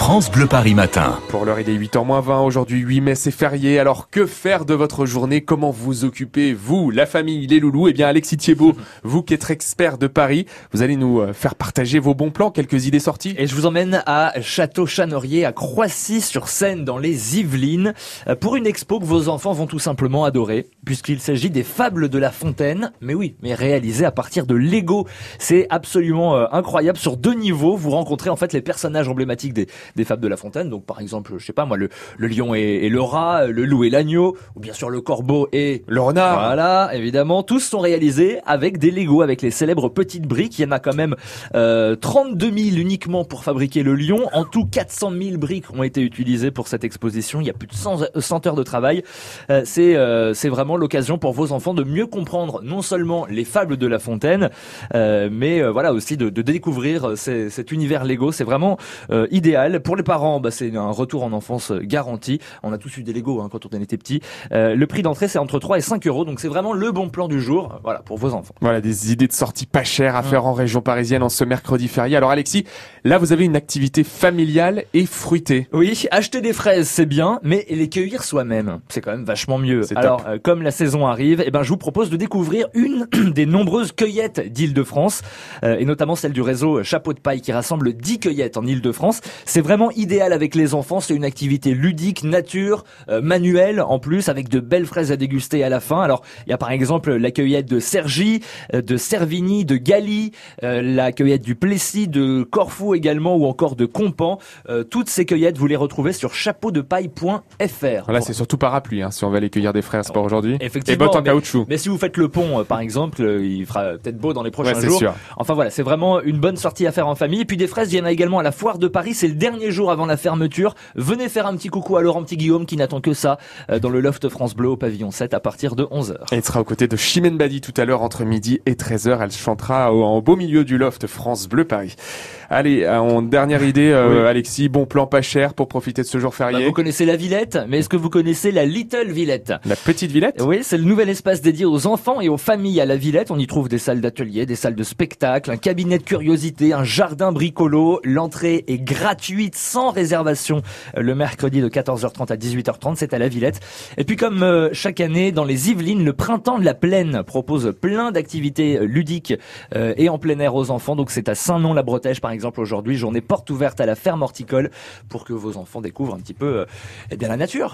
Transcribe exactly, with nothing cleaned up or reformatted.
France Bleu Paris Matin. Pour l'heure, il est huit heures moins vingt. Aujourd'hui, huit mai, c'est férié. Alors, que faire de votre journée? Comment vous occupez, vous, la famille, les loulous? Eh bien, Alexis Thiebaud, vous qui êtes expert de Paris, vous allez nous faire partager vos bons plans, quelques idées sorties. Et je vous emmène à Château-Chanorier, à Croissy-sur-Seine, dans les Yvelines, pour une expo que vos enfants vont tout simplement adorer, puisqu'il s'agit des Fables de La Fontaine. Mais oui, mais réalisées à partir de Lego. C'est absolument euh, incroyable. Sur deux niveaux, vous rencontrez en fait les personnages emblématiques des, des Fables de La Fontaine. Donc par exemple, je sais pas moi, le, le lion et, et le rat, le loup et l'agneau, ou bien sûr le corbeau et le renard. Voilà, évidemment, tous sont réalisés avec des Lego, avec les célèbres petites briques. Il y en a quand même euh, trente-deux mille uniquement pour fabriquer le lion. En tout, quatre cent mille briques ont été utilisées pour cette exposition. Il y a plus de cent, cent heures de travail. Euh, c'est, euh, c'est vraiment l'occasion pour vos enfants de mieux comprendre non seulement les Fables de La Fontaine, euh, mais euh, voilà aussi de, de découvrir ces, cet univers Lego. C'est vraiment euh, idéal. Pour les parents, bah, c'est un retour en enfance garanti. On a tous eu des Lego hein, quand on était petit. Euh, le prix d'entrée, c'est entre trois et cinq euros. Donc c'est vraiment le bon plan du jour, voilà, pour vos enfants. Voilà, des idées de sortie pas chères à faire en région parisienne en ce mercredi férié. Alors Alexis, là vous avez une activité familiale et fruitée. Oui, acheter des fraises c'est bien, mais les cueillir soi-même, c'est quand même vachement mieux. C'est Alors euh, comme la saison arrive, eh ben je vous propose de découvrir une des nombreuses cueillettes d'Île-de-France, euh, et notamment celle du réseau Chapeau de Paille qui rassemble dix cueillettes en Île-de-France. C'est vraiment idéal avec les enfants, c'est une activité ludique, nature, euh, manuelle en plus, avec de belles fraises à déguster à la fin. Alors il y a par exemple la cueillette de Cergy, euh, de Servigny, de Galie, euh, la cueillette du Plessis, de Corfou également, ou encore de Compan. Euh, toutes ces cueillettes, vous les retrouvez sur chapeau de paille point f r. Là, c'est surtout parapluie, hein, si on va aller cueillir des fraises pour aujourd'hui. Effectivement. Et bottes en mais, caoutchouc. Mais si vous faites le pont, euh, par exemple, euh, il fera peut-être beau dans les prochains ouais, c'est jours. Sûr. Enfin voilà, c'est vraiment une bonne sortie à faire en famille. Et puis des fraises, il y en a également à la Foire de Paris. C'est le dernier jour avant la fermeture. Venez faire un petit coucou à Laurent Petit-Guillaume qui n'attend que ça euh, dans le loft France Bleu au pavillon sept à partir de onze heures. Et il sera aux côtés de Chimène Badi tout à l'heure entre midi et treize heures. Elle chantera en beau milieu du loft France Bleu Paris. Allez, en dernière idée, euh, oui. Alexis, bon plan pas cher pour profiter de ce jour férié. Bah, vous connaissez la Villette, mais est-ce que vous connaissez la Little Villette? La petite Villette? Oui, c'est le nouvel espace dédié aux enfants et aux familles à la Villette. On y trouve des salles d'atelier, des salles de spectacle, un cabinet de curiosité, un jardin bricolo. L'entrée est gratuite, sans réservation, le mercredi de quatorze heures trente à dix-huit heures trente, c'est à la Villette. Et puis comme euh, chaque année, dans les Yvelines, le Printemps de la Plaine propose plein d'activités ludiques euh, et en plein air aux enfants. Donc c'est à Saint-Nom-la-Bretèche, par exemple, aujourd'hui, journée porte ouverte à la ferme horticole pour que vos enfants découvrent un petit peu euh, eh bien, la nature.